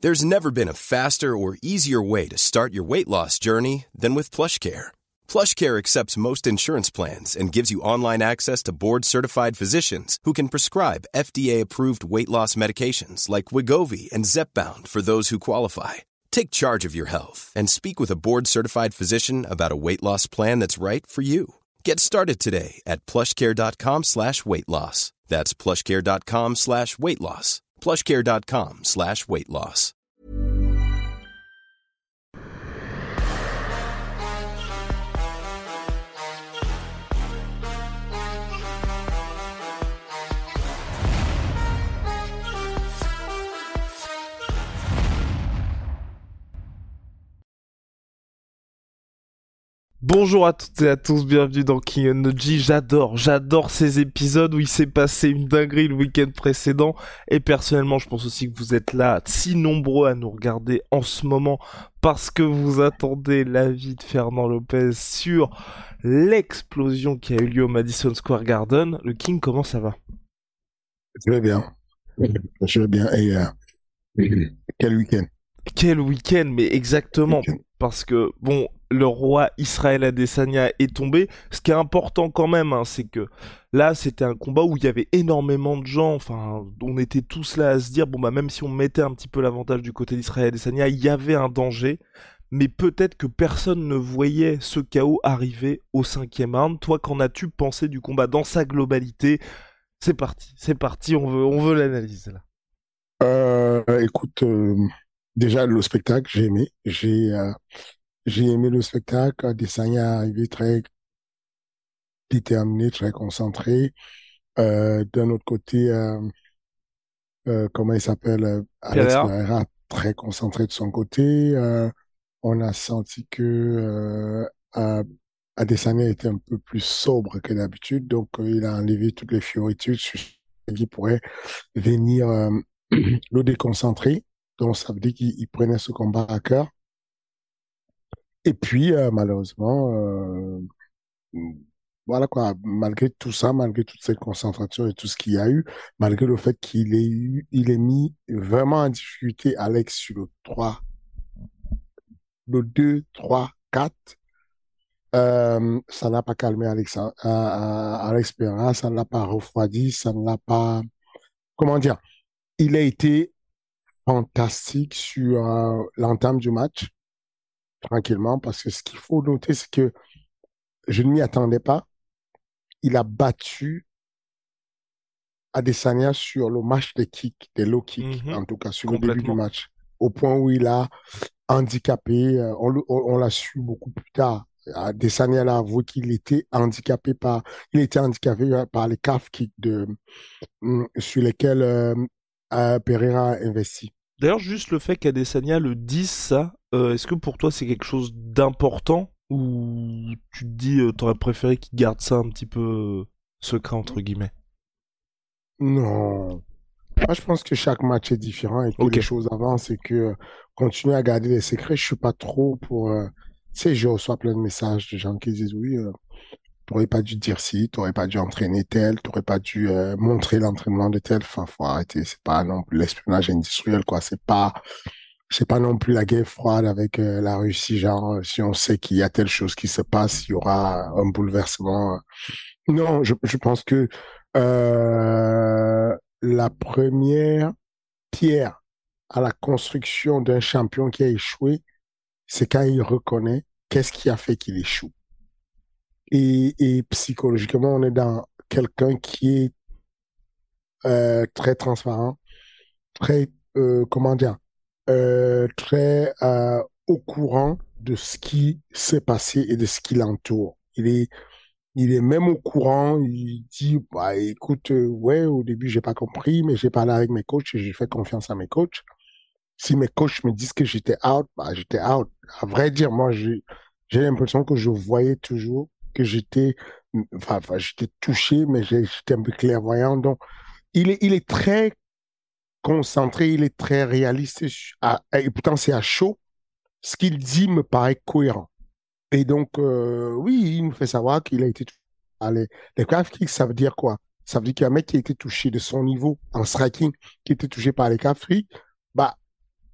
There's never been a faster or easier way to start your weight loss journey than with PlushCare. PlushCare accepts most insurance plans and gives you online access to board-certified physicians who can prescribe FDA-approved weight loss medications like Wegovy and Zepbound for those who qualify. Take charge of your health and speak with a board-certified physician about a weight loss plan that's right for you. Get started today at plushcare.com/weight-loss. That's plushcare.com/weight-loss. plushcare.com/weight-loss. Bonjour à toutes et à tous, bienvenue dans King Energy. J'adore ces épisodes où il s'est passé une dinguerie le week-end précédent. Et personnellement, je pense aussi que vous êtes là, si nombreux à nous regarder en ce moment, parce que vous attendez l'avis de Fernand Lopez sur l'explosion qui a eu lieu au Madison Square Garden. Le King, comment ça va? Je vais bien. Je vais bien. Et quel week-end? Quel week-end, mais exactement. Parce que, bon, le roi Israël Adesanya est tombé. Ce qui est important quand même, c'est que là, c'était un combat où il y avait énormément de gens. Enfin, on était tous là à se dire, bon, bah, même si on mettait un petit peu l'avantage du côté d'Israël Adesanya, il y avait un danger. Mais peut-être que personne ne voyait ce chaos arriver au 5e round. Toi, qu'en as-tu pensé du combat dans sa globalité? C'est parti, on veut l'analyse, là. Écoute, déjà, le spectacle, j'ai aimé. J'ai aimé le spectacle. Adesanya arrivé très déterminé, très concentré. D'un autre côté, comment il s'appelle? Alex Pereira, très concentré de son côté. On a senti que Adesanya était un peu plus sobre que d'habitude, donc il a enlevé toutes les fioritudes qui pourraient venir le déconcentrer. Donc ça veut dire qu'il prenait ce combat à cœur. Et puis, malheureusement, voilà quoi, malgré tout ça, malgré toute cette concentration et tout ce qu'il y a eu, malgré le fait qu'il ait mis vraiment en difficulté Alex sur le 2, 3, 4, ça n'a pas calmé Alex Pereira, ça ne l'a pas refroidi, ça ne l'a pas, comment dire, il a été fantastique sur l'entame du match, tranquillement, parce que ce qu'il faut noter, c'est que je ne m'y attendais pas. Il a battu Adesanya sur le match des kicks, des low kicks, en tout cas sur le début du match, au point où il a handicapé, on l'a su beaucoup plus tard. Adesanya a avoué qu'il était handicapé par les calf kicks sur lesquels Pereira a investi. D'ailleurs, juste le fait qu'Adesanya le dise ça, est-ce que pour toi c'est quelque chose d'important ou tu te dis t'aurais préféré qu'il garde ça un petit peu secret entre guillemets? Non. Moi, je pense que chaque match est différent et que les choses avancent et que continuer à garder les secrets, je suis pas trop pour... tu sais, je reçois plein de messages de gens qui disent oui, t'aurais pas dû dire ci, t'aurais pas dû entraîner tel, t'aurais pas dû montrer l'entraînement de tel. Enfin, faut arrêter. C'est pas non plus l'espionnage industriel, quoi. C'est pas non plus la guerre froide avec la Russie, genre, si on sait qu'il y a telle chose qui se passe, il y aura un bouleversement. Non, je pense que la première pierre à la construction d'un champion qui a échoué, c'est quand il reconnaît qu'est-ce qui a fait qu'il échoue. Et psychologiquement, on est dans quelqu'un qui est très transparent, très, comment dire, très au courant de ce qui s'est passé et de ce qui l'entoure. Il est même au courant, il dit, bah, écoute, ouais, au début, j'ai pas compris, mais j'ai parlé avec mes coachs et j'ai fait confiance à mes coachs. Si mes coachs me disent que j'étais out, bah, j'étais out. À vrai dire, moi, j'ai l'impression que je voyais toujours que j'étais touché, mais j'étais un peu clairvoyant. Donc, il est très concentré, il est très réaliste, et pourtant, c'est à chaud. Ce qu'il dit me paraît cohérent. Et donc, oui, il nous fait savoir qu'il a été touché par les calf kicks. Ça veut dire quoi? Ça veut dire qu'il y a un mec qui a été touché de son niveau en striking, qui a été touché par les calf kicks. Bah,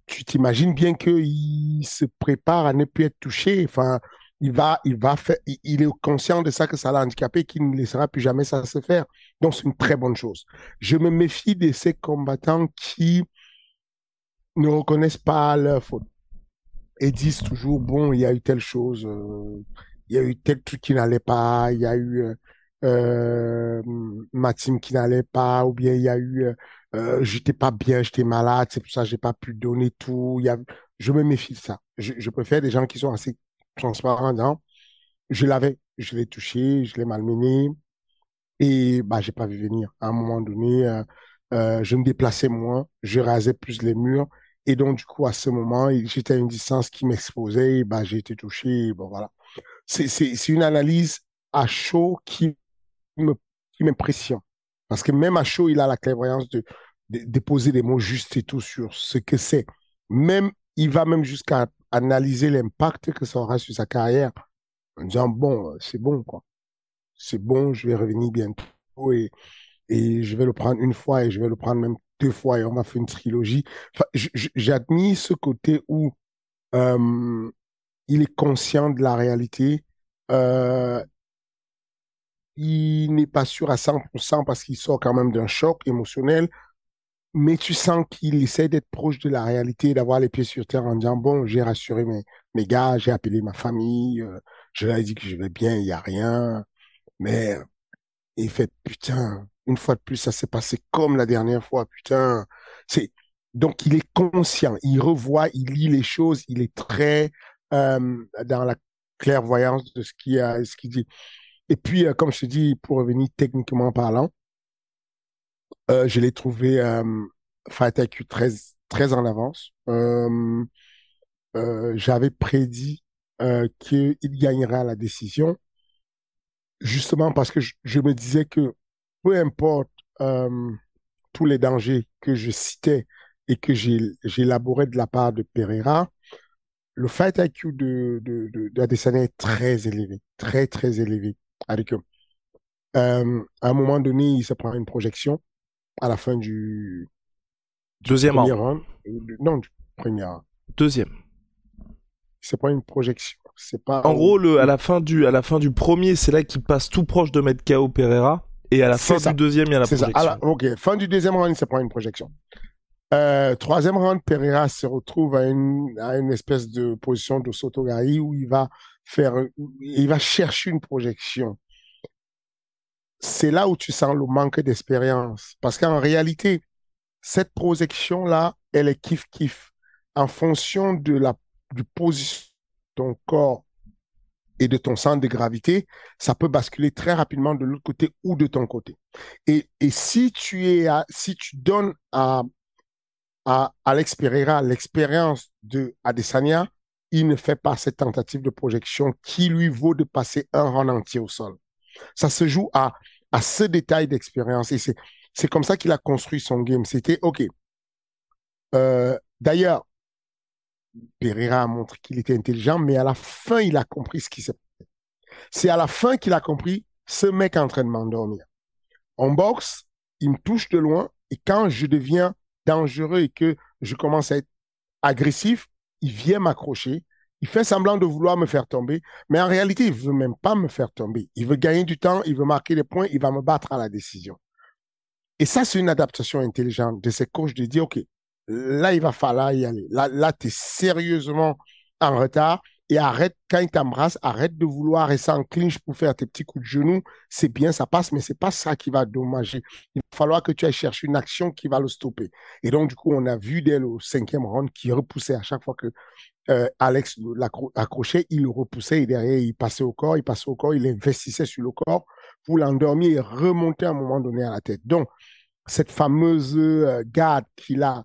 tu t'imagines bien qu'il se prépare à ne plus être touché. Enfin, il est conscient de ça, que ça l'a handicapé, qu'il ne laissera plus jamais ça se faire. Donc, c'est une très bonne chose. Je me méfie de ces combattants qui ne reconnaissent pas leur faute et disent toujours, bon, il y a eu telle chose, il y a eu tel truc qui n'allait pas, il y a eu euh, ma team qui n'allait pas, ou bien il y a eu, j'étais pas bien, j'étais malade, c'est pour ça que j'ai pas pu donner tout. Je me méfie de ça. Je préfère des gens qui sont assez transparents. Non, je l'ai touché, je l'ai malmené, et bah, j'ai pas vu venir. À un moment donné, je me déplaçais moins, je rasais plus les murs. Et donc, du coup, à ce moment, j'étais à une distance qui m'exposait, et bah, j'ai été touché. Et bon, voilà. C'est une analyse à chaud me, qui m'impressionne. Parce que même à chaud, il a la clairvoyance de poser des mots justes et tout sur ce que c'est. Même, il va même jusqu'à analyser l'impact que ça aura sur sa carrière en disant, bon, c'est bon, quoi. C'est bon, je vais revenir bientôt et je vais le prendre une fois et je vais le prendre même deux fois et on va faire une trilogie. Enfin, j'admire ce côté où euh, il est conscient de la réalité. Euh, il n'est pas sûr à 100% parce qu'il sort quand même d'un choc émotionnel, mais tu sens qu'il essaie d'être proche de la réalité, d'avoir les pieds sur terre en disant, bon, j'ai rassuré mes gars, j'ai appelé ma famille, je leur ai dit que je vais bien, il n'y a rien, mais il fait, putain, une fois de plus, ça s'est passé comme la dernière fois, putain. C'est, donc, il est conscient, il revoit, il lit les choses, il est très dans la clairvoyance de ce qu'il dit. Et puis, comme je te dis, pour revenir techniquement parlant, je l'ai trouvé Fight IQ très, très en avance. J'avais prédit qu'il gagnerait à la décision, justement parce que je me disais que peu importe euh, tous les dangers que je citais et que j'élaborais de la part de Pereira, le fight IQ d'Adesanya est très élevé, très, très élevé. Avec, à un moment donné, il se prend une projection à la fin du Deuxième premier round. round. Non, du premier round. Deuxième. Il se prend une projection. C'est pas En gros, à la fin du premier, c'est là qu'il passe tout proche de mettre KO Pereira. Et à la fin du deuxième, il y a la projection. Ok, fin du deuxième round, il se prend une projection. Troisième round, Pereira se retrouve à une espèce de position de Sotogari où il va chercher une projection. C'est là où tu sens le manque d'expérience. Parce qu'en réalité, cette projection-là, elle est kiff-kiff. En fonction du position de ton corps et de ton centre de gravité, ça peut basculer très rapidement de l'autre côté ou de ton côté. Et si tu donnes à Alex Pereira l'expérience de Adesanya, il ne fait pas cette tentative de projection qui lui vaut de passer un round entier au sol. Ça se joue à ce détail d'expérience. Et c'est comme ça qu'il a construit son game. C'était OK. D'ailleurs, Pereira a montré qu'il était intelligent, mais à la fin, il a compris ce qui s'est passé. C'est à la fin qu'il a compris, ce mec est en train de m'endormir. En boxe, il me touche de loin et quand je deviens dangereux et que je commence à être agressif, il vient m'accrocher. Il fait semblant de vouloir me faire tomber, mais en réalité, il ne veut même pas me faire tomber. Il veut gagner du temps, il veut marquer des points, il va me battre à la décision. Et ça, c'est une adaptation intelligente de ces coachs de dire, OK, là, il va falloir y aller. Là tu es sérieusement en retard et arrête, quand il t'embrasse, arrête de vouloir rester en clinch pour faire tes petits coups de genoux. C'est bien, ça passe, mais c'est pas ça qui va dommager. Il va falloir que tu ailles chercher une action qui va le stopper. Et donc, du coup, on a vu dès le cinquième round qui repoussait à chaque fois que Alex l'accrochait, il le repoussait et derrière, il passait au corps, il investissait sur le corps pour l'endormir et remonter à un moment donné à la tête. Donc, cette fameuse garde qu'il a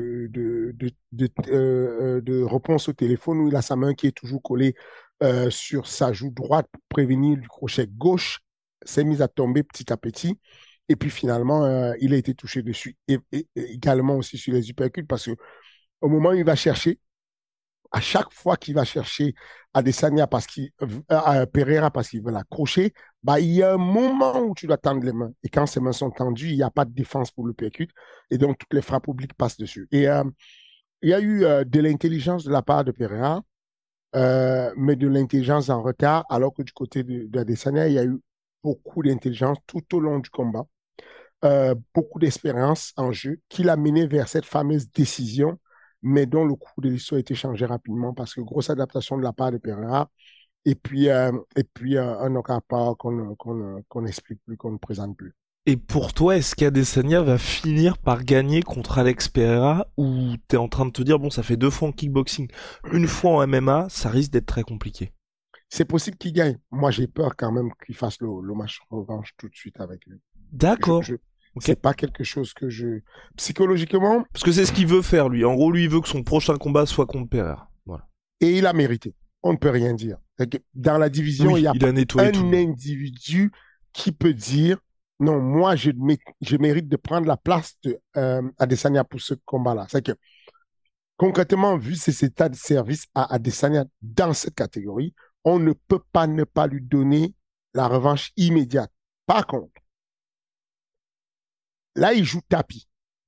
de réponse au téléphone où il a sa main qui est toujours collée sur sa joue droite pour prévenir du crochet gauche, s'est mise à tomber petit à petit. Et puis finalement, il a été touché dessus. Et également aussi sur les uppercuts parce que au moment où il va chercher, à chaque fois qu'il va chercher Adesanya Pereira parce qu'il veut l'accrocher, bah, il y a un moment où tu dois tendre les mains. Et quand ses mains sont tendues, il n'y a pas de défense pour le percute. Et donc, toutes les frappes obliques passent dessus. Et il y a eu de l'intelligence de la part de Pereira, mais de l'intelligence en retard, alors que du côté d'Adesanya, il y a eu beaucoup d'intelligence tout au long du combat, beaucoup d'expérience en jeu, qui l'a mené vers cette fameuse décision, mais dont le cours de l'histoire a été changé rapidement parce que grosse adaptation de la part de Pereira, et puis un knockout power qu'on n'explique plus, qu'on ne présente plus. Et pour toi, est-ce qu'Adesanya va finir par gagner contre Alex Pereira ou t'es en train de te dire, bon, ça fait 2 fois en kickboxing, une fois en MMA, ça risque d'être très compliqué? C'est possible qu'il gagne. Moi, j'ai peur quand même qu'il fasse le match revanche tout de suite avec lui. Je, D'accord. je, Ok. c'est pas quelque chose que je... Psychologiquement, Parce que c'est ce qu'il veut faire, lui. En gros, lui, il veut que son prochain combat soit contre Pereira. Voilà. et il a mérité. On ne peut rien dire. Dans la division, il Oui, n'y a il pas a nettoyé tout le un monde. individu qui peut dire non, moi, je mérite de prendre la place de Adesanya pour ce combat-là. C'est que concrètement, vu ses états de service à Adesanya dans cette catégorie, on ne peut pas ne pas lui donner la revanche immédiate. Par contre, là, il joue tapis.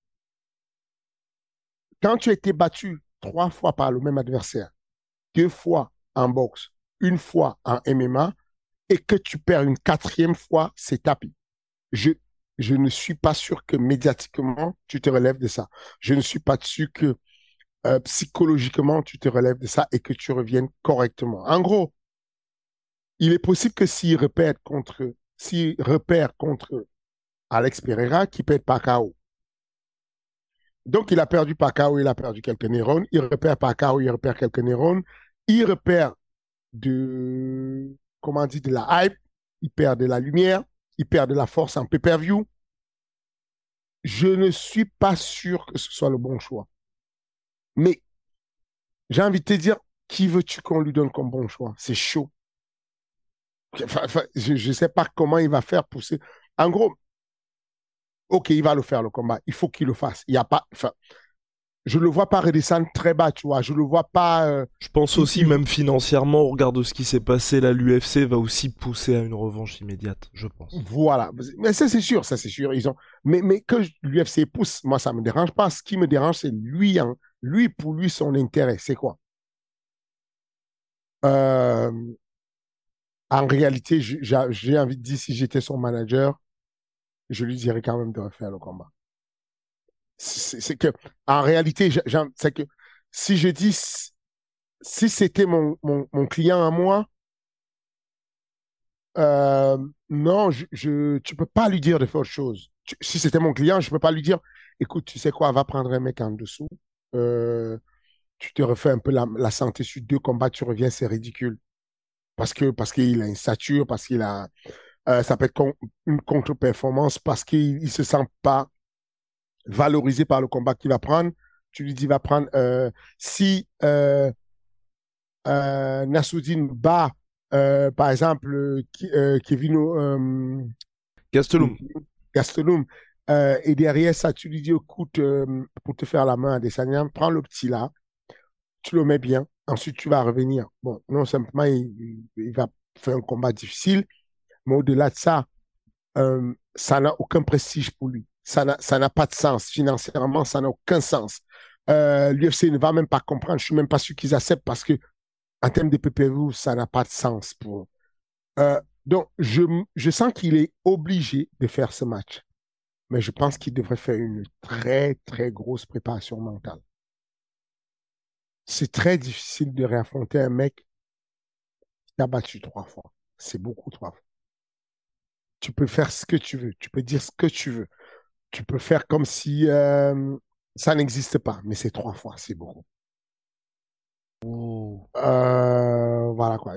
Quand tu as été battu 3 fois par le même adversaire, 2 fois en boxe, une fois en MMA, et que tu perds une 4e fois, c'est tapis. Je, je ne suis pas sûr que médiatiquement, tu te relèves de ça. Je ne suis pas sûr que psychologiquement, tu te relèves de ça et que tu reviennes correctement. En gros, il est possible que s'il repère contre Alex Pereira, qu'il perd par KO. Donc, il a perdu par KO, il a perdu quelques neurones. Il repère par KO, il repère quelques neurones. Il repère comment on dit, de la hype. Il perd de la lumière. Il perd de la force en pay-per-view. Je ne suis pas sûr que ce soit le bon choix. Mais j'ai envie de te dire, qui veux-tu qu'on lui donne comme bon choix? C'est chaud. Enfin, je ne sais pas comment il va faire pousser. En gros, OK, il va le faire, le combat. Il faut qu'il le fasse. Il y a pas, enfin, je ne le vois pas redescendre très bas, tu vois. Je ne le vois pas. Je pense Il, aussi, il- même financièrement, au regard de ce qui s'est passé, là, l'UFC va aussi pousser à une revanche immédiate, je pense. voilà. Mais ça, c'est sûr, ça, c'est sûr. Mais que l'UFC pousse, moi, ça ne me dérange pas. Ce qui me dérange, c'est lui, hein. Lui, pour lui, son intérêt, c'est quoi? Euh, En réalité, j'ai envie de dire, si j'étais son manager, je lui dirais quand même de refaire le combat. C'est que, en réalité, c'est que si je dis, si c'était mon client à moi, euh, non, tu peux pas lui dire de faire autre chose. Si c'était mon client, je peux pas lui dire, écoute, tu sais quoi, va prendre un mec en dessous, euh, tu te refais un peu la santé sur 2 combats, tu reviens, c'est ridicule. Parce qu'il a une stature, parce qu'il a, ça peut être une contre-performance, parce qu'il ne se sent pas valorisé par le combat qu'il va prendre. Tu lui dis, va prendre, si Nassoudine bat, par exemple, Kevin Gastelum. Gastelum, et derrière ça, tu lui dis, écoute, pour te faire la main à Desagnan, prends le petit là, tu le mets bien, ensuite tu vas revenir. Bon, non simplement, il va faire un combat difficile, mais au-delà de ça, ça n'a aucun prestige pour lui. Ça n'a pas de sens. Financièrement, ça n'a aucun sens. L'UFC ne va même pas comprendre. Je suis même pas sûr qu'ils acceptent parce que en termes de PPV, ça n'a pas de sens pour eux. Donc, je sens qu'il est obligé de faire ce match. Mais je pense qu'il devrait faire une très, très grosse préparation mentale. C'est très difficile de réaffronter un mec qui a battu 3 fois. C'est beaucoup 3 fois. Tu peux faire ce que tu veux. Tu peux dire ce que tu veux. Tu peux faire comme si ça n'existe pas. Mais c'est 3 fois. C'est beaucoup. Oh. Voilà quoi.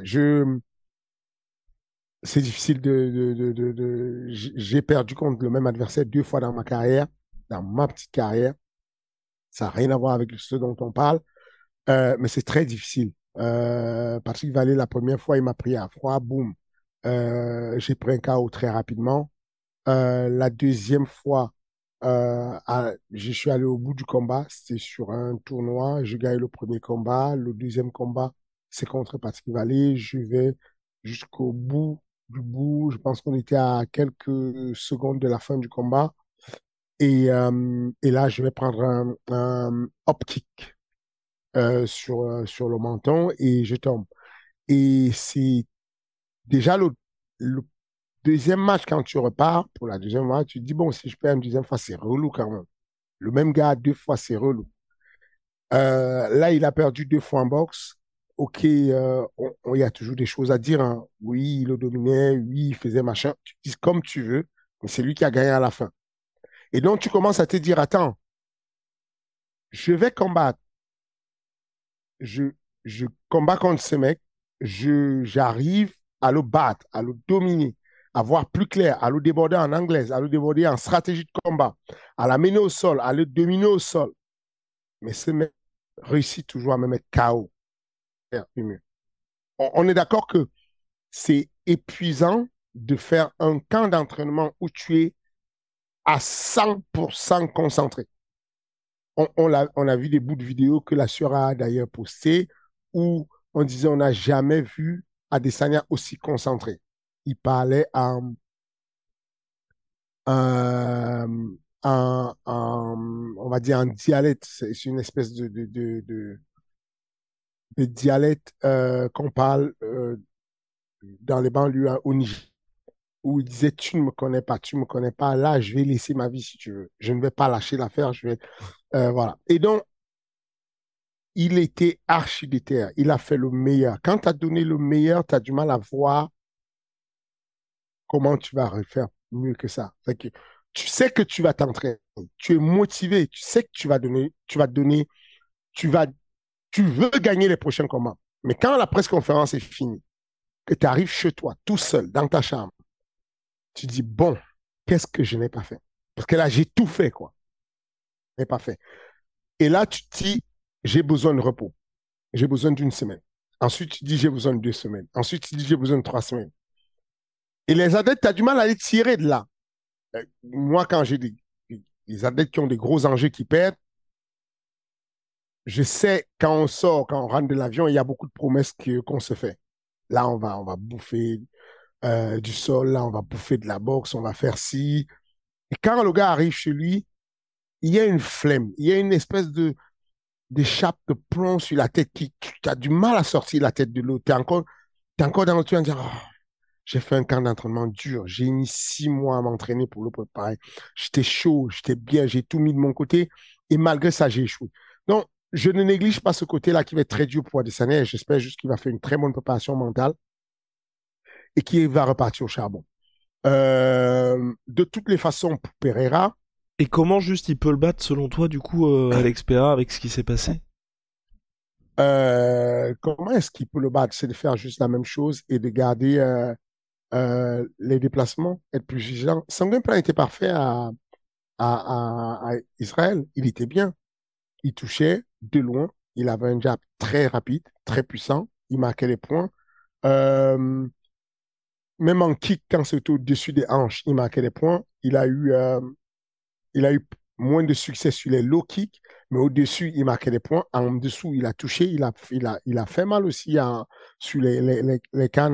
C'est difficile j'ai perdu contre le même adversaire 2 fois dans ma carrière, dans ma petite carrière. Ça n'a rien à voir avec ce dont on parle, mais c'est très difficile. Patrick Vallée, la première fois, il m'a pris à froid, boum. J'ai pris un KO très rapidement. La deuxième fois, je suis allé au bout du combat. C'était sur un tournoi. Je gagne le premier combat. Le deuxième combat, c'est contre Patrick Vallée. Je vais jusqu'au bout du bout. Je pense qu'on était à quelques secondes de la fin du combat. Et là, je vais prendre un hop kick. sur le menton et je tombe. Et c'est déjà le deuxième match, quand tu repars pour la deuxième match, tu te dis, bon, si je perds une deuxième fois, c'est relou quand même. Le même gars, deux fois, c'est relou. Là, il a perdu deux fois en boxe. OK, il y a toujours des choses à dire, hein. Oui, il le dominait, oui, il faisait machin. Tu dis comme tu veux, mais c'est lui qui a gagné à la fin. Et donc, tu commences à te dire, attends, je vais combattre. Je, je combats contre ce mec. J'arrive à le battre, à le dominer, à voir plus clair, à le déborder en anglaise, à le déborder en stratégie de combat, à l'amener au sol, à le dominer au sol. Mais ce mec réussit toujours à me mettre KO. On est d'accord que c'est épuisant de faire un camp d'entraînement où tu es à 100% concentré. On a vu des bouts de vidéos que la sœur a d'ailleurs postés où on disait on n'a jamais vu Adesanya aussi concentré. Il parlait on va dire en dialecte. C'est une espèce de dialecte qu'on parle dans les banlieues au Niger, où il disait tu ne me connais pas, tu ne me connais pas, là je vais laisser ma vie si tu veux. Je ne vais pas lâcher l'affaire, voilà. Et donc, il était archi déter, il a fait le meilleur. Quand tu as donné le meilleur, tu as du mal à voir comment tu vas refaire mieux que ça. Fait que tu sais que tu vas t'entraîner, tu es motivé, tu sais que tu vas donner, tu vas, tu veux gagner les prochains combats. Mais quand la presse conférence est finie, que tu arrives chez toi, tout seul, dans ta chambre, tu dis, bon, qu'est-ce que je n'ai pas fait? Parce que là, j'ai tout fait, quoi. Je n'ai pas fait. Et là, tu te dis, j'ai besoin de repos. J'ai besoin d'une semaine. Ensuite, tu dis, j'ai besoin de 2 semaines. Ensuite, tu dis, j'ai besoin de 3 semaines. Et les athlètes, tu as du mal à les tirer de là. Moi, quand j'ai des athlètes qui ont des gros enjeux qui perdent, je sais quand on sort, quand on rentre de l'avion, il y a beaucoup de promesses qu'on se fait. Là, on va bouffer du sol, là, on va bouffer de la boxe, on va faire ci. Et quand le gars arrive chez lui, il y a une flemme, il y a une espèce d'échappe de plomb sur la tête qui tu as du mal à sortir la tête de l'eau. T'es encore dans le truc à dire, oh, j'ai fait un camp d'entraînement dur, j'ai mis 6 mois à m'entraîner pour le préparer. J'étais chaud, j'étais bien, j'ai tout mis de mon côté et malgré ça, j'ai échoué. Donc, je ne néglige pas ce côté-là qui va être très dur pour Adesanya. J'espère juste qu'il va faire une très bonne préparation mentale et qu'il va repartir au charbon. De toutes les façons, pour Pereira, Et comment juste il peut le battre selon toi, du coup, Alex Pereira, avec ce qui s'est passé? comment est-ce qu'il peut le battre? C'est de faire juste la même chose et de garder les déplacements, être plus vigilant. Son game plan était parfait à Israël. Il était bien. Il touchait de loin. Il avait un jab très rapide, très puissant. Il marquait les points. Euh, même en kick, quand c'était au-dessus des hanches, il marquait les points. Il a eu moins de succès sur les low kicks, mais au-dessus, il marquait des points. En dessous, il a touché. Il a fait mal aussi sur les cannes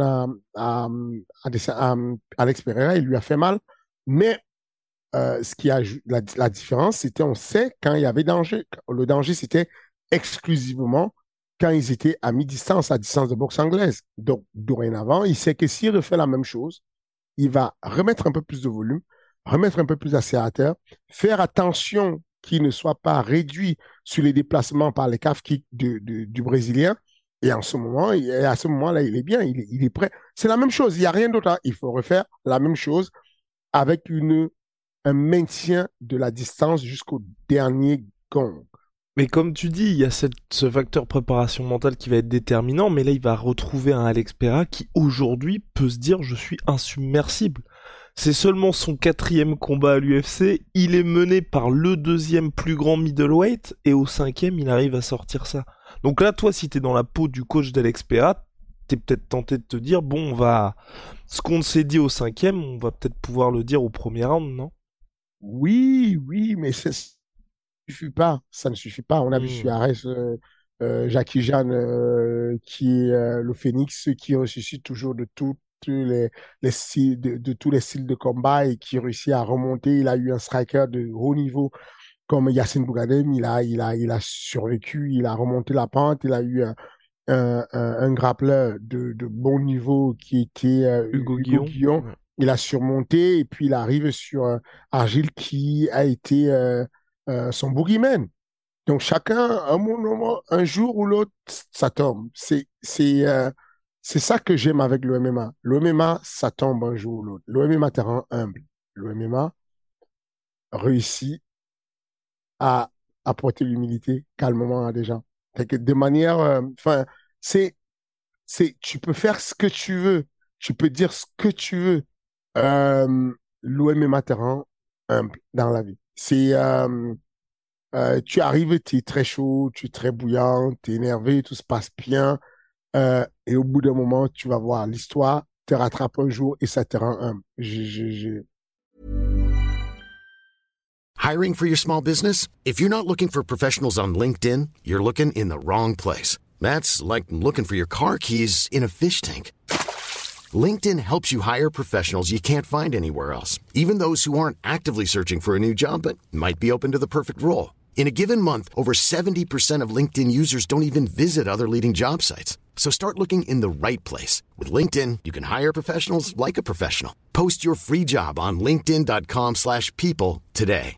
à Alex Pereira. Il lui a fait mal. Mais ce qui a la différence, c'était, on sait quand il y avait danger. Le danger, c'était exclusivement quand ils étaient à mi-distance, à distance de boxe anglaise. Donc, dorénavant, il sait que s'il refait la même chose, il va remettre un peu plus de volume, remettre un peu plus d'accélérateur, faire attention qu'il ne soit pas réduit sur les déplacements par les calf kicks du Brésilien. Et à ce moment-là, il est bien, il est prêt. C'est la même chose, il n'y a rien d'autre. Il faut refaire la même chose avec un maintien de la distance jusqu'au dernier gong. Mais comme tu dis, il y a ce facteur préparation mentale qui va être déterminant, mais là il va retrouver un Alex Pereira qui aujourd'hui peut se dire je suis insubmersible. C'est seulement son 4e combat à l'UFC, il est mené par le 2e plus grand middleweight, et au 5e il arrive à sortir ça. Donc là toi si t'es dans la peau du coach d'Alex Pereira, t'es peut-être tenté de te dire bon on va... Ce qu'on s'est dit au 5e, on va peut-être pouvoir le dire au premier round, non? Oui, oui, mais suffit pas. Ça ne suffit pas. On a vu sur Hmm. Arès Jackie Jeanne, qui est le phénix, qui ressuscite toujours de les styles, de tous les styles de combat et qui réussit à remonter. Il a eu un striker de haut niveau comme Yacine Bougadem, il a survécu, il a remonté la pente, il a eu un grappleur de bon niveau qui était Hugo Hugo Guillon. Guillon. Ouais. Il a surmonté et puis il arrive sur Argile qui a été son boogeyman. Donc chacun, un moment, un jour ou l'autre, ça tombe. C'est ça que j'aime avec le MMA. Le MMA, ça tombe un jour ou l'autre. Le MMA te rend humble. Le MMA réussit à apporter l'humilité calmement à des gens. Fait que de manière, enfin, c'est, tu peux faire ce que tu veux, tu peux dire ce que tu veux. L'OMMA te rend humble dans la vie. Tu arrives, tu es très chaud, tu es très bouillant, tu es énervé, tout se passe bien. Et au bout d'un moment, tu vas voir, l'histoire te rattrape un jour et ça te rend humble. Hiring for your small business? If you're not looking for professionals on LinkedIn, you're looking in the wrong place. That's like looking for your car keys in a fish tank. LinkedIn helps you hire professionals you can't find anywhere else, even those who aren't actively searching for a new job but might be open to the perfect role. In a given month, over 70% of LinkedIn users don't even visit other leading job sites. So start looking in the right place. With LinkedIn, you can hire professionals like a professional. Post your free job on linkedin.com/people today.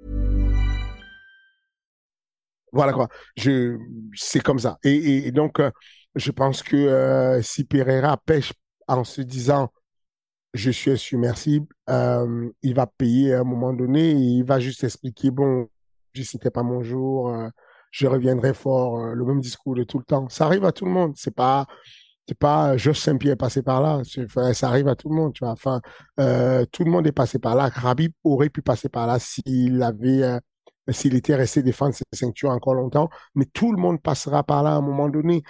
Voilà quoi. C'est comme ça. Et donc, je pense que si Pereira pêche en se disant je suis insubmersible, il va payer à un moment donné et il va juste expliquer bon, c'était pas mon jour, je reviendrai fort, le même discours de tout le temps. Ça arrive à tout le monde. C'est pas Josh Saint-Pierre passé par là. Enfin, ça arrive à tout le monde, tu vois. Enfin, tout le monde est passé par là. Khabib aurait pu passer par là s'il était resté défendre ses ceintures encore longtemps. Mais tout le monde passera par là à un moment donné.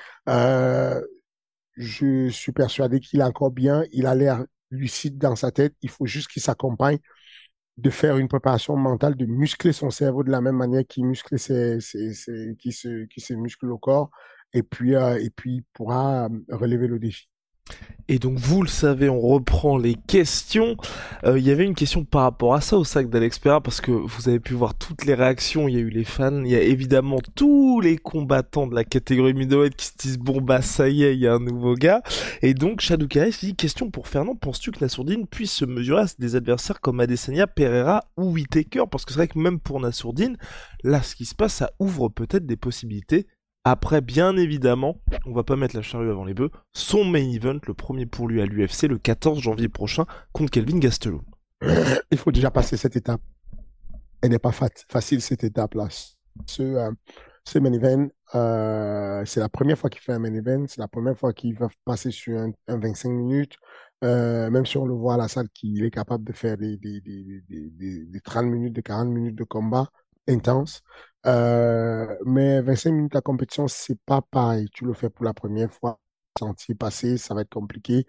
Je suis persuadé qu'il est encore bien. Il a l'air lucide dans sa tête. Il faut juste qu'il s'accompagne de faire une préparation mentale, de muscler son cerveau de la même manière qu'il muscle qu'il se muscle au corps. Et puis, il pourra relever le défi. Et donc vous le savez, on reprend les questions. Il y avait une question par rapport à ça au sac d'Alex Pereira, parce que vous avez pu voir toutes les réactions, il y a eu les fans, il y a évidemment tous les combattants de la catégorie middleweight qui se disent bon bah ça y est, il y a un nouveau gars. Et donc Shadou Kares dit question pour Fernand, penses-tu que Nassourdine puisse se mesurer à des adversaires comme Adesanya, Pereira ou Whittaker? Parce que c'est vrai que même pour Nassourdine, là ce qui se passe, ça ouvre peut-être des possibilités. Après, bien évidemment, on va pas mettre la charrue avant les bœufs, son main event, le premier pour lui à l'UFC, le 14 janvier prochain, contre Kelvin Gastelum. Il faut déjà passer cette étape. Elle n'est pas facile, cette étape-là. Ce main event, c'est la première fois qu'il fait un main event, c'est la première fois qu'il va passer sur un 25 minutes. Même si on le voit à la salle qu'il est capable de faire des 30 minutes, de 40 minutes de combat intense. Mais 25 minutes à compétition, c'est pas pareil. Tu le fais pour la première fois, sentir passer, ça va être compliqué.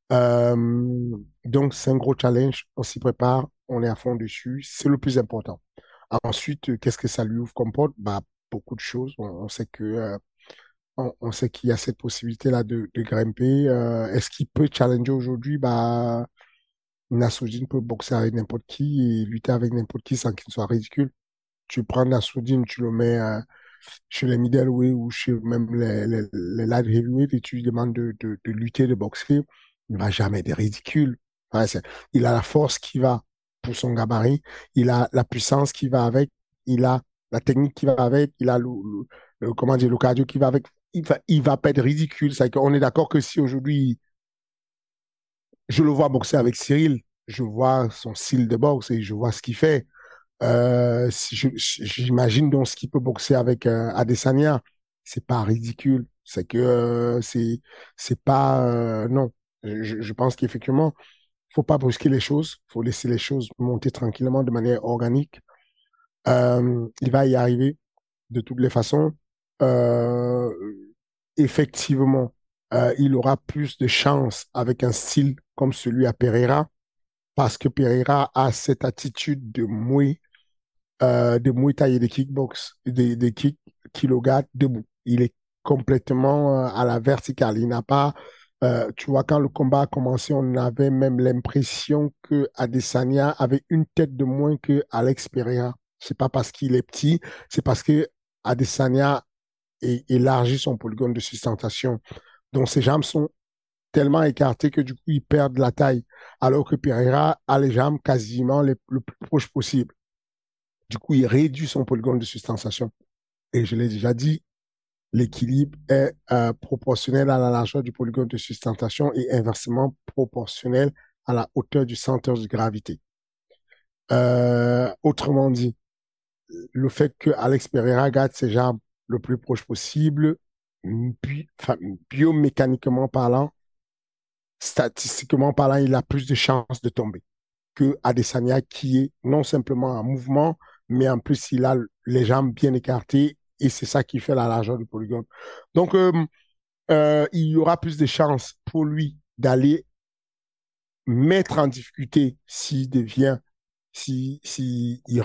Donc, c'est un gros challenge. On s'y prépare, on est à fond dessus. C'est le plus important. Ensuite, qu'est-ce que ça lui ouvre comme porte? Bah, beaucoup de choses. On sait on sait qu'il y a cette possibilité-là de grimper. Est-ce qu'il peut challenger aujourd'hui? Bah, Nassourdine peut boxer avec n'importe qui et lutter avec n'importe qui sans qu'il soit ridicule. Tu prends Nassourdine, tu le mets chez les middleweight ou chez même les light heavyweight et tu lui demandes de lutter, de boxer, il ne va jamais être ridicule. Ouais, il a la force qui va pour son gabarit, il a la puissance qui va avec, il a la technique qui va avec, il a comment dire, le cardio qui va avec. Il va pas être ridicule. On est d'accord que si aujourd'hui je le vois boxer avec Cyril, je vois son style de boxe et je vois ce qu'il fait. J'imagine donc ce qu'il peut boxer avec Adesanya. C'est pas ridicule. C'est que c'est pas non. Je pense qu'effectivement, faut pas brusquer les choses. Faut laisser les choses monter tranquillement de manière organique. Il va y arriver de toutes les façons. Euh, Effectivement, il aura plus de chance avec un style comme celui à Pereira parce que Pereira a cette attitude de Muay Thai et de kickbox, de kilogat debout. Il est complètement à la verticale. Il n'a pas, tu vois, quand le combat a commencé, on avait même l'impression que Adesanya avait une tête de moins que Alex Pereira. C'est pas parce qu'il est petit, c'est parce que Adesanya élargit son polygone de sustentation. Donc ses jambes sont tellement écartées que du coup, il perd de la taille, alors que Pereira a les jambes quasiment le plus proche possible. Du coup, il réduit son polygone de sustentation. Et je l'ai déjà dit, l'équilibre est proportionnel à la largeur du polygone de sustentation et inversement proportionnel à la hauteur du centre de gravité. Autrement dit, le fait que Alex Pereira garde ses jambes le plus proche possible, biomécaniquement parlant, statistiquement parlant, il a plus de chances de tomber que Adesanya qui est non simplement en mouvement, mais en plus il a les jambes bien écartées et c'est ça qui fait la largeur du polygone. Donc il y aura plus de chances pour lui d'aller mettre en difficulté s'il devient, si il,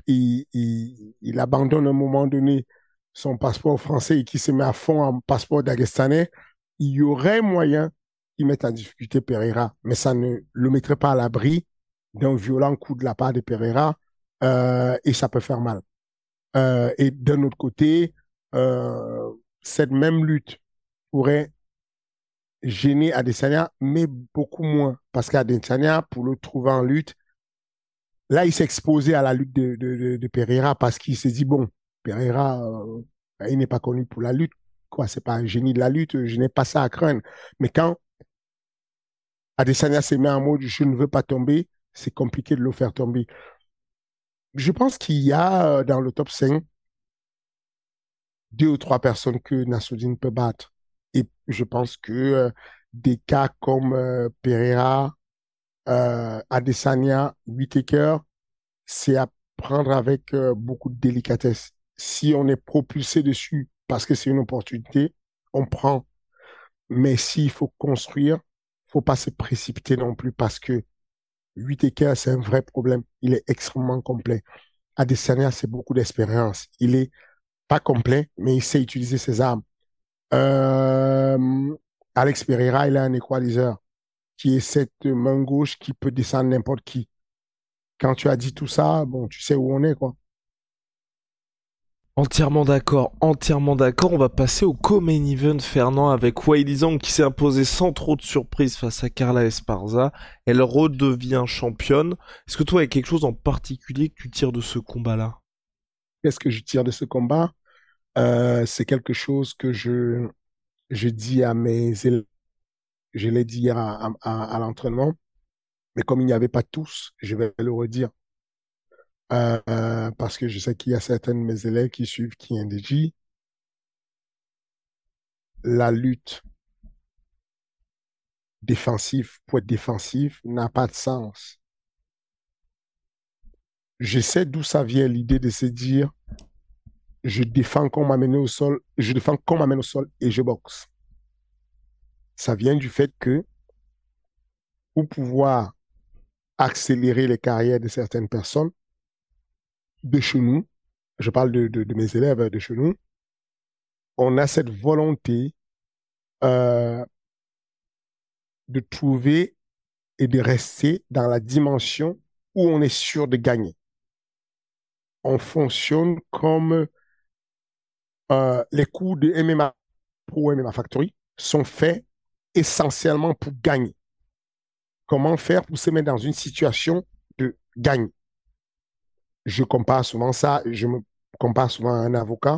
il abandonne à un moment donné son passeport français et qu'il se met à fond en passeport dagestanais, il y aurait moyen qu'il mette en difficulté Pereira, mais ça ne le mettrait pas à l'abri d'un violent coup de la part de Pereira et ça peut faire mal. Et d'un autre côté, cette même lutte pourrait gêner Adesanya, mais beaucoup moins. Parce qu'Adesanya, pour le trouver en lutte, là, il s'est exposé à la lutte de Pereira parce qu'il s'est dit, bon, Pereira, il n'est pas connu pour la lutte. Quoi, c'est pas un génie de la lutte, je n'ai pas ça à craindre. Mais quand Adesanya se met en mode, je ne veux pas tomber, c'est compliqué de le faire tomber. Je pense qu'il y a dans le top 5 deux ou trois personnes que Nassoudine peut battre. Et je pense que des cas comme Pereira, Adesanya, Whittaker, c'est à prendre avec beaucoup de délicatesse. Si on est propulsé dessus parce que c'est une opportunité, on prend. Mais s'il faut construire, faut pas se précipiter non plus parce que Whittaker, c'est un vrai problème. Il est extrêmement complet. Adesanya, c'est beaucoup d'expérience. Il est pas complet, mais il sait utiliser ses armes. Euh, Alex Pereira, il a un equalizer qui est cette main gauche qui peut descendre n'importe qui. Quand tu as dit tout ça, bon, tu sais où on est, quoi. Entièrement d'accord, entièrement d'accord. On va passer au co-main event Fernand avec Weili Zhang qui s'est imposée sans trop de surprise face à Carla Esparza. Elle redevient championne. Est-ce que toi, il y a quelque chose en particulier que tu tires de ce combat-là? Qu'est-ce que je tire de ce combat? C'est quelque chose que je dis à mes élèves. Je l'ai dit hier à l'entraînement, mais comme il n'y avait pas tous, je vais le redire. Parce que je sais qu'il y a certains de mes élèves qui suivent KNDJ. La lutte défensive pour être défensif n'a pas de sens. Je sais d'où ça vient l'idée de se dire je défends qu'on m'amène au sol, je défends qu'on m'amène au sol et je boxe. Ça vient du fait que pour pouvoir accélérer les carrières de certaines personnes, de chez nous, je parle de mes élèves de chez nous, on a cette volonté euh, de trouver et de rester dans la dimension où on est sûr de gagner. On fonctionne comme les cours de MMA Pro MMA Factory sont faits essentiellement pour gagner. Comment faire pour se mettre dans une situation de gagne? Je compare souvent ça, je me compare souvent à un avocat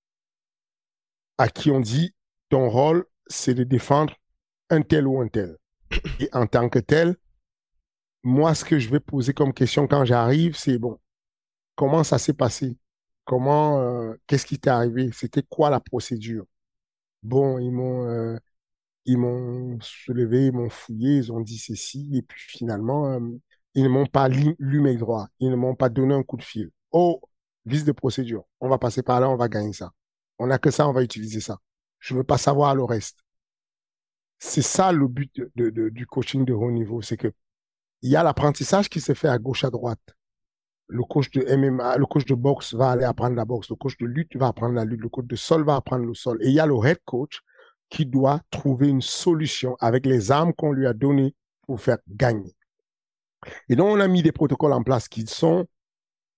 à qui on dit ton rôle, c'est de défendre un tel ou un tel. Et en tant que tel, moi, ce que je vais poser comme question quand j'arrive, c'est bon, comment ça s'est passé? Comment, qu'est-ce qui t'est arrivé? C'était quoi la procédure? Bon, ils m'ont soulevé, ils m'ont fouillé, ils ont dit ceci, et puis finalement, ils ne m'ont pas lu mes droits, ils ne m'ont pas donné un coup de fil. Oh, vice de procédure, on va passer par là, on va gagner ça. On n'a que ça, on va utiliser ça. Je ne veux pas savoir le reste. C'est ça le but du coaching de haut niveau, c'est que il y a l'apprentissage qui se fait à gauche, à droite. Le coach de MMA, le coach de boxe va aller apprendre la boxe, le coach de lutte va apprendre la lutte, le coach de sol va apprendre le sol. Et il y a le head coach qui doit trouver une solution avec les armes qu'on lui a données pour faire gagner. Et donc, on a mis des protocoles en place qui sont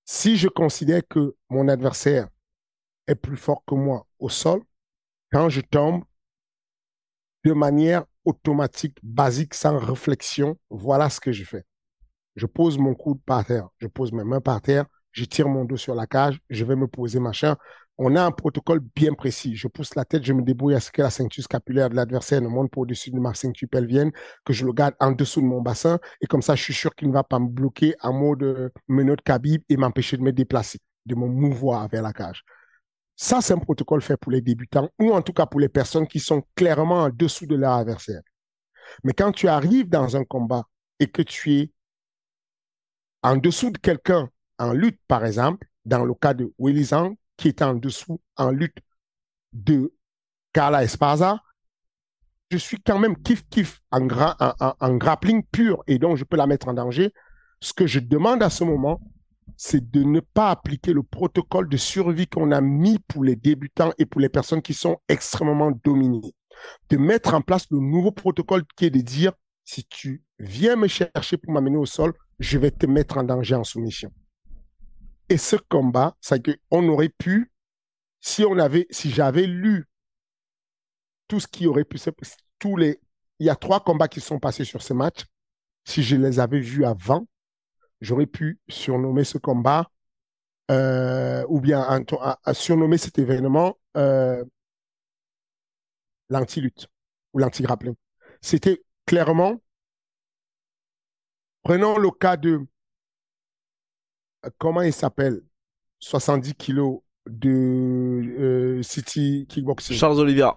Si je considère que mon adversaire est plus fort que moi au sol, quand je tombe, de manière automatique, basique, sans réflexion, voilà ce que je fais. Je pose mon coude par terre, je pose mes mains par terre, je tire mon dos sur la cage, je vais me poser machin. On a un protocole bien précis. Je pousse la tête, je me débrouille à ce que la ceinture scapulaire de l'adversaire ne monte pas au-dessus de ma ceinture pelvienne, que je le garde en dessous de mon bassin. Et comme ça, je suis sûr qu'il ne va pas me bloquer en mode menotte Khabib et m'empêcher de me déplacer, de me mouvoir vers la cage. Ça, c'est un protocole fait pour les débutants ou en tout cas pour les personnes qui sont clairement en dessous de leur adversaire. Mais quand tu arrives dans un combat et que tu es en dessous de quelqu'un en lutte, par exemple, dans le cas de Weili Zhang, qui est en dessous en lutte de Carla Esparza, je suis quand même kiff-kiff en grappling pur et donc je peux la mettre en danger. Ce que je demande à ce moment, c'est de ne pas appliquer le protocole de survie qu'on a mis pour les débutants et pour les personnes qui sont extrêmement dominées. De mettre en place le nouveau protocole qui est de dire, si tu viens me chercher pour m'amener au sol, je vais te mettre en danger en soumission. Et ce combat, c'est qu'on aurait pu, si j'avais lu tout ce qui aurait pu se passer, il y a 3 combats qui sont passés sur ce match. Si je les avais vus avant, j'aurais pu surnommer ce combat ou bien surnommer cet événement l'anti-lutte ou l'anti-grappling. C'était clairement, prenons le cas de, comment il s'appelle, 70 kilos de City Kickboxing. Charles Oliveira.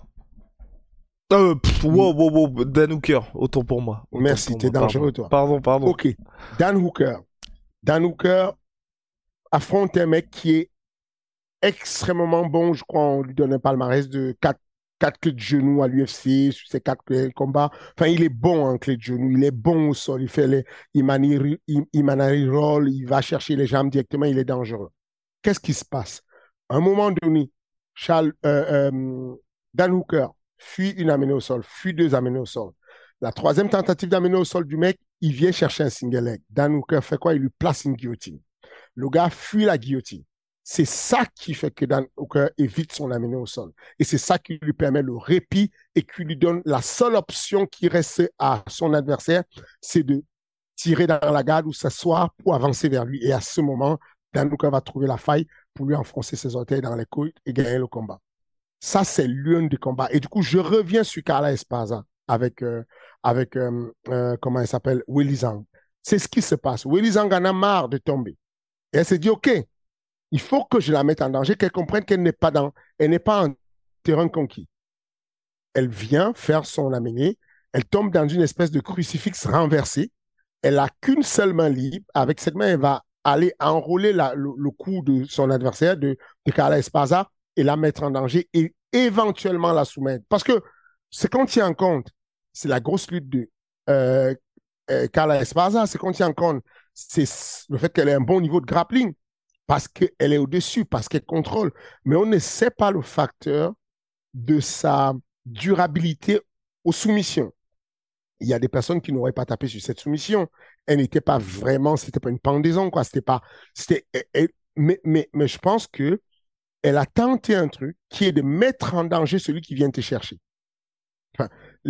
Wow, Dan Hooker, autant pour moi. Merci, t'es dangereux, toi. Pardon. Ok, Dan Hooker affronte un mec qui est extrêmement bon, je crois, on lui donne un palmarès de 4 clés de genoux à l'UFC, sur ses 4 combats. Enfin, il est bon en clés de genoux, il est bon au sol, il manie roll, il va chercher les jambes directement, il est dangereux. Qu'est-ce qui se passe? À un moment donné, Dan Hooker fuit une amenée au sol, fuit 2 amenées au sol. La 3e tentative d'amener au sol du mec, il vient chercher un single leg. Dan Hooker fait quoi? Il lui place une guillotine. Le gars fuit la guillotine. C'est ça qui fait que Dan Hooker évite son amenée au sol. Et c'est ça qui lui permet le répit et qui lui donne la seule option qui reste à son adversaire, c'est de tirer dans la garde ou s'asseoir pour avancer vers lui. Et à ce moment, Dan Hooker va trouver la faille pour lui enfoncer ses orteils dans les couilles et gagner le combat. Ça, c'est l'un des combats. Et du coup, je reviens sur Carla Esparza avec comment elle s'appelle, Weili Zhang. C'est ce qui se passe. Weili Zhang en a marre de tomber. Et elle s'est dit, OK, il faut que je la mette en danger, qu'elle comprenne qu'elle n'est pas en terrain conquis. Elle vient faire son amenée, elle tombe dans une espèce de crucifix renversé. Elle n'a qu'une seule main libre. Avec cette main, elle va aller enrouler le cou de son adversaire, de Carla Esparza, et la mettre en danger et éventuellement la soumettre. Parce que ce qu'on tient en compte, c'est la grosse lutte de Carla Esparza. Ce qu'on tient en compte, c'est le fait qu'elle ait un bon niveau de grappling, parce qu'elle est au-dessus, parce qu'elle contrôle. Mais on ne sait pas le facteur de sa durabilité aux soumissions. Il y a des personnes qui n'auraient pas tapé sur cette soumission. Elle n'était pas vraiment, c'était pas une pendaison, quoi. Mais je pense que elle a tenté un truc qui est de mettre en danger celui qui vient te chercher. Enfin,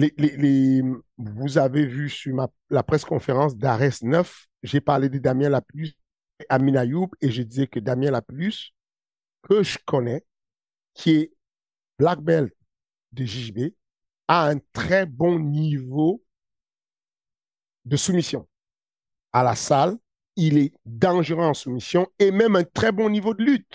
vous avez vu sur la presse-conférence d'Ares 9, j'ai parlé de Damien Lapulus, Amin Ayoub, et je disais que Damien Lapulus, que je connais, qui est black belt de JJB, a un très bon niveau de soumission. À la salle, il est dangereux en soumission et même un très bon niveau de lutte.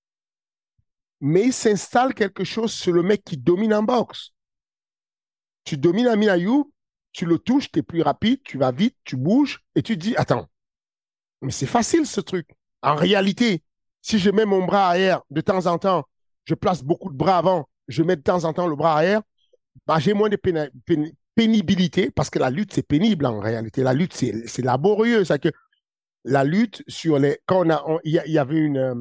Mais il s'installe quelque chose sur le mec qui domine en boxe. Tu domines Amin Ayoub, tu le touches, tu es plus rapide, tu vas vite, tu bouges, et tu te dis, attends, mais c'est facile ce truc. En réalité, si je mets mon bras arrière de temps en temps, je place beaucoup de bras avant, je mets de temps en temps le bras arrière, bah, j'ai moins de pénibilité, parce que la lutte, c'est pénible en réalité. La lutte, c'est laborieux. C'est que la lutte sur les... Quand il y avait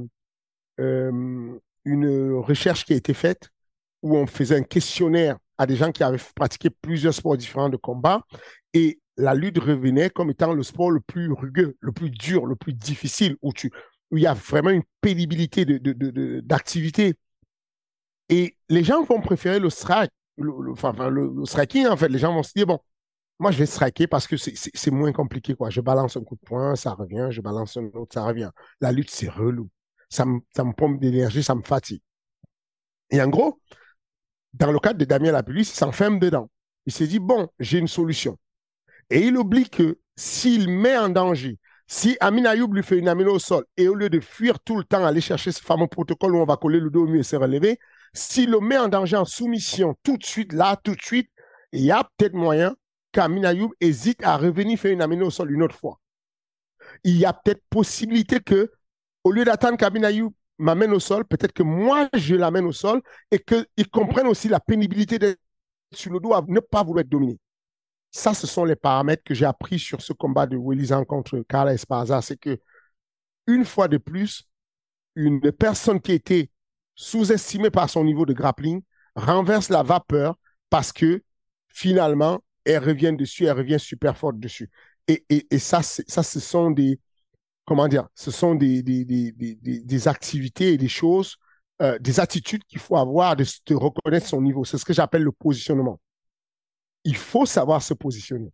une recherche qui a été faite où on faisait un questionnaire à des gens qui avaient pratiqué plusieurs sports différents de combat et la lutte revenait comme étant le sport le plus rugueux, le plus dur, le plus difficile, où où il y a vraiment une pénibilité d'activité. Et les gens vont préférer le strike, le striking, en fait. Les gens vont se dire, bon, moi, je vais striker parce que c'est moins compliqué, quoi. Je balance un coup de poing, ça revient, je balance un autre, ça revient. La lutte, c'est relou. Ça me pompe d'énergie, ça me fatigue. Et en gros, dans le cadre de Damien Lapully, il s'enferme dedans. Il s'est dit, bon, j'ai une solution. Et il oublie que s'il met en danger, si Amin Ayoub lui fait une amino au sol, et au lieu de fuir tout le temps, aller chercher ce fameux protocole où on va coller le dos au mur et se relever, s'il le met en danger en soumission tout de suite, là, tout de suite, il y a peut-être moyen qu'Amin Ayoub hésite à revenir faire une amino au sol une autre fois. Il y a peut-être possibilité que, au lieu d'attendre qu'Amin Ayoub m'amène au sol, peut-être que moi, je l'amène au sol et qu'ils comprennent aussi la pénibilité d'être sur le dos à ne pas vouloir être dominé. Ça, ce sont les paramètres que j'ai appris sur ce combat de Welisang contre Carla Esparza. C'est que, une fois de plus, une personne qui était sous-estimée par son niveau de grappling renverse la vapeur parce que, finalement, elle revient dessus, elle revient super forte dessus. Et ça, ce sont des, comment dire, ce sont des activités et des choses, des attitudes qu'il faut avoir de reconnaître son niveau. C'est ce que j'appelle le positionnement. Il faut savoir se positionner.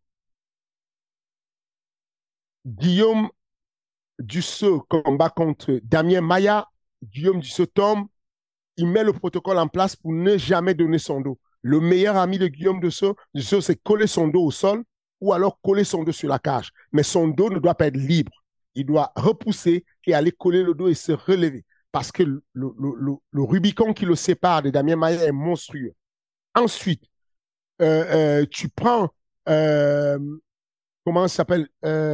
Guillaume Dussault combat contre Damien Maia. Guillaume Dussault tombe. Il met le protocole en place pour ne jamais donner son dos. Le meilleur ami de Guillaume Dussault, c'est coller son dos au sol ou alors coller son dos sur la cage. Mais son dos ne doit pas être libre. Il doit repousser et aller coller le dos et se relever. Parce que le Rubicon qui le sépare de Damien Maia est monstrueux. Ensuite, tu prends, comment ça s'appelle,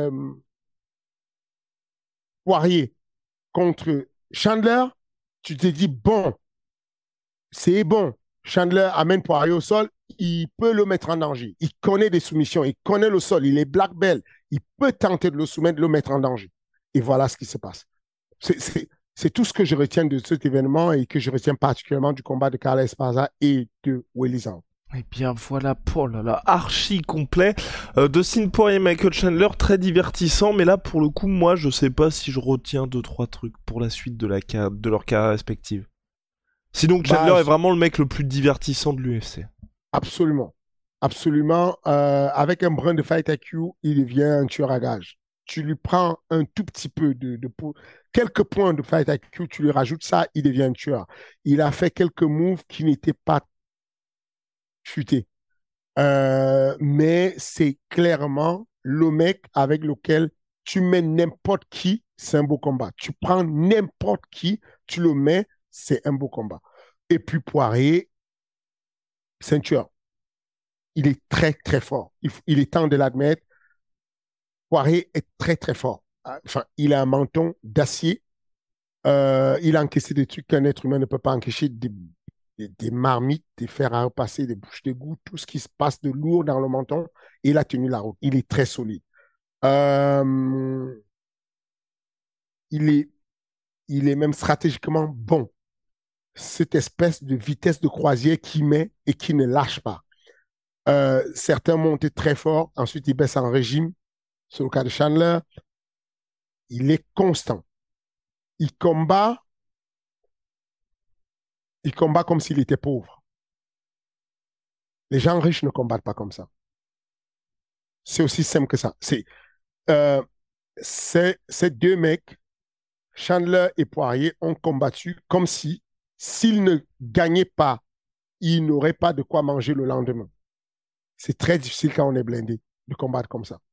Poirier contre Chandler, tu te dis, bon, c'est bon, Chandler amène Poirier au sol, il peut le mettre en danger. Il connaît des soumissions, il connaît le sol, il est black belt, il peut tenter de le soumettre, de le mettre en danger. Et voilà ce qui se passe. C'est tout ce que je retiens de cet événement et que je retiens particulièrement du combat de Carla Esparza et de Welisang. Eh bien voilà, oh là là, archi complet. Dustin Poirier et Michael Chandler, très divertissant, mais là pour le coup, moi je sais pas si je retiens 2-3 trucs pour la suite de leur carrière respective. Sinon Chandler est vraiment le mec le plus divertissant de l'UFC. Absolument. Absolument. Avec un brin de fight IQ, il devient un tueur à gages. Tu lui prends un tout petit peu quelques points de fight IQ, tu lui rajoutes ça, il devient un tueur. Il a fait quelques moves qui n'étaient pas futé. Mais c'est clairement le mec avec lequel tu mets n'importe qui, c'est un beau combat. Tu prends n'importe qui, tu le mets, c'est un beau combat. Et puis Poirier, ceinture. Il est très, très fort. Il est temps de l'admettre. Poirier est très, très fort. Enfin, il a un menton d'acier. Il a encaissé des trucs qu'un être humain ne peut pas encaisser, des marmites, des fers à repasser, des bouches d'égout, tout ce qui se passe de lourd dans le menton. Il a tenu la route. Il est très solide. Il est même stratégiquement bon. Cette espèce de vitesse de croisière qu'il met et qui ne lâche pas. Certains montent très fort, ensuite ils baissent en régime. C'est le cas de Chandler. Il est constant. Il combat comme s'il était pauvre. Les gens riches ne combattent pas comme ça. C'est aussi simple que ça. Ces deux mecs, Chandler et Poirier, ont combattu comme si, s'ils ne gagnaient pas, ils n'auraient pas de quoi manger le lendemain. C'est très difficile quand on est blindé de combattre comme ça.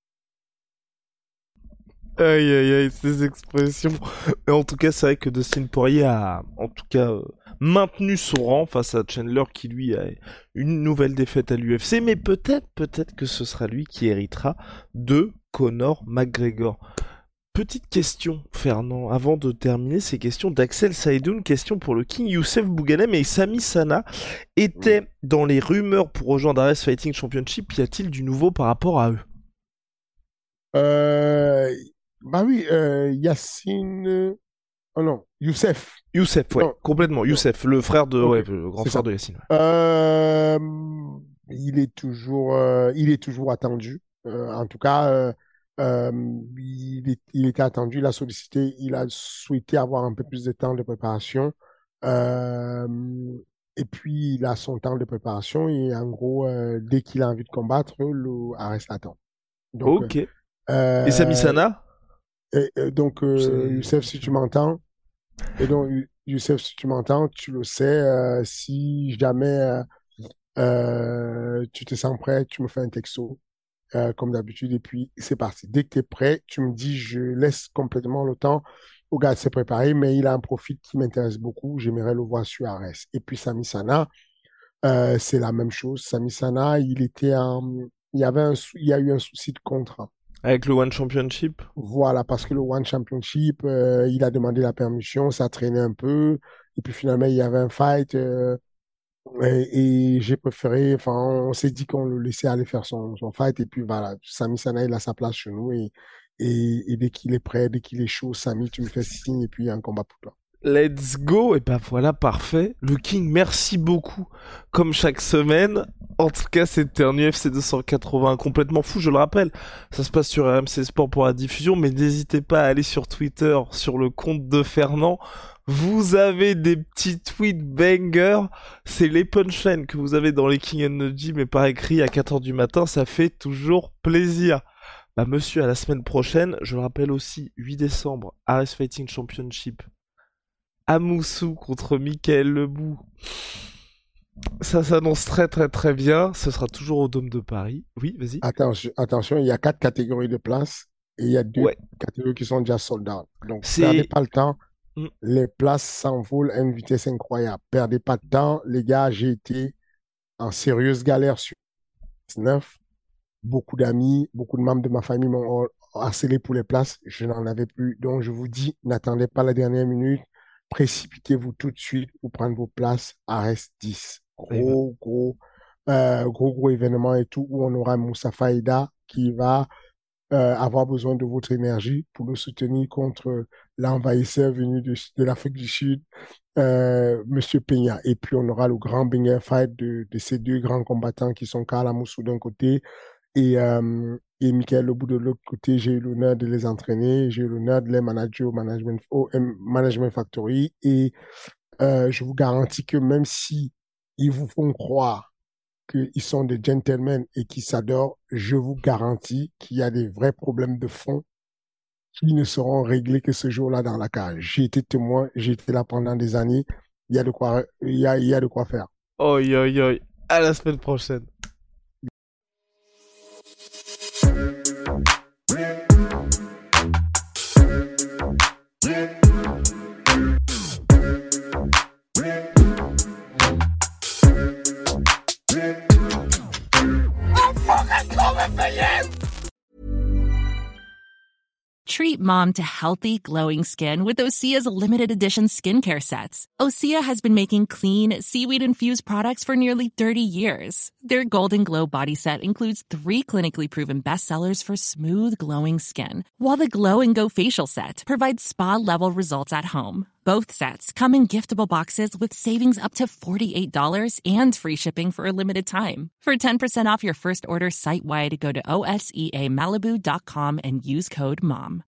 Aïe aïe aïe, ces expressions. Mais en tout cas, c'est vrai que Dustin Poirier a, en tout cas, maintenu son rang face à Chandler qui lui a une nouvelle défaite à l'UFC, mais peut-être que ce sera lui qui héritera de Conor McGregor. Petite question, Fernand, avant de terminer ces questions d'Axel Saïdoun, question pour le King Youssef Bouganem et Sami Sana étaient dans les rumeurs pour rejoindre Ares Fighting Championship. Y a-t-il du nouveau par rapport à eux? Bah oui, Yacine. Oh non, Youssef. Youssef, ouais, non. complètement. Youssef, le frère de, okay. Ouais, le grand frère de Yacine. Ouais. Il est toujours attendu. En tout cas, il était attendu, il a sollicité, il a souhaité avoir un peu plus de temps de préparation. Euh, et puis, il a son temps de préparation et en gros, dès qu'il a envie de combattre, le Arès l'attend. Donc, Ok. Et Sami Sana? Youssef, si tu m'entends, Youssef, si tu m'entends, tu le sais, si jamais tu te sens prêt, tu me fais un texto, comme d'habitude, et puis c'est parti. Dès que tu es prêt, tu me dis, je laisse complètement le temps au gars de se préparer, mais il a un profil qui m'intéresse beaucoup, j'aimerais le voir sur Arès. Et puis Sami Sana, c'est la même chose. Sami Sana, il y a eu un souci de contrat. Avec le One Championship? Voilà, parce que le One Championship, il a demandé la permission, ça traînait un peu, et puis finalement, il y avait un fight, et j'ai préféré, enfin, on s'est dit qu'on le laissait aller faire son fight, et puis voilà, Sami Sana, il a sa place chez nous, et dès qu'il est prêt, dès qu'il est chaud, Sami, tu me fais signe, et puis il y a un combat pour toi. Let's go, et ben voilà, parfait. Le King, merci beaucoup, comme chaque semaine. En tout cas, c'était un UFC 280 complètement fou, je le rappelle. Ça se passe sur RMC Sport pour la diffusion, mais n'hésitez pas à aller sur Twitter, sur le compte de Fernand. Vous avez des petits tweets bangers. C'est les punchlines que vous avez dans les King Energy, mais par écrit à 4h du matin, ça fait toujours plaisir. Bah monsieur, à la semaine prochaine. Je le rappelle aussi, 8 décembre, Ares Fighting Championship. Amoussou contre Michael Lebou. Ça s'annonce très très très bien. Ce sera toujours au Dôme de Paris. Oui, vas-y. Attention, il y a 4 catégories de places, et il y a 2 catégories qui sont déjà sold out. Donc, perdez pas le temps. Les places s'envolent à une vitesse incroyable. Perdez pas de temps. Les gars, j'ai été en sérieuse galère sur 9. Beaucoup d'amis, beaucoup de membres de ma famille m'ont harcelé pour les places. Je n'en avais plus. Donc, je vous dis, n'attendez pas la dernière minute. Précipitez-vous tout de suite pour prendre vos places à Rest 10. Gros événement et tout, où on aura Moussa Faïda qui va avoir besoin de votre énergie pour nous soutenir contre l'envahisseur venu de l'Afrique du Sud, Monsieur Peña. Et puis, on aura le grand banger fight de ces 2 grands combattants qui sont Karl Amoussou d'un côté et Michael Lebou de l'autre côté. J'ai eu l'honneur de les entraîner, j'ai eu l'honneur de les manager au Management Factory, et je vous garantis que même si ils vous font croire qu'ils sont des gentlemen et qu'ils s'adorent, je vous garantis qu'il y a des vrais problèmes de fond qui ne seront réglés que ce jour-là dans la cage. J'ai été témoin, j'ai été là pendant des années, il y a de quoi faire. Oi, oi, oi. À la semaine prochaine. Treat mom to healthy, glowing skin with Osea's limited edition skincare sets. Osea has been making clean, seaweed-infused products for nearly 30 years. Their Golden Glow body set includes 3 clinically proven bestsellers for smooth, glowing skin, while the Glow and Go facial set provides spa-level results at home. Both sets come in giftable boxes with savings up to $48 and free shipping for a limited time. For 10% off your first order site-wide, go to OSEAMalibu.com and use code MOM.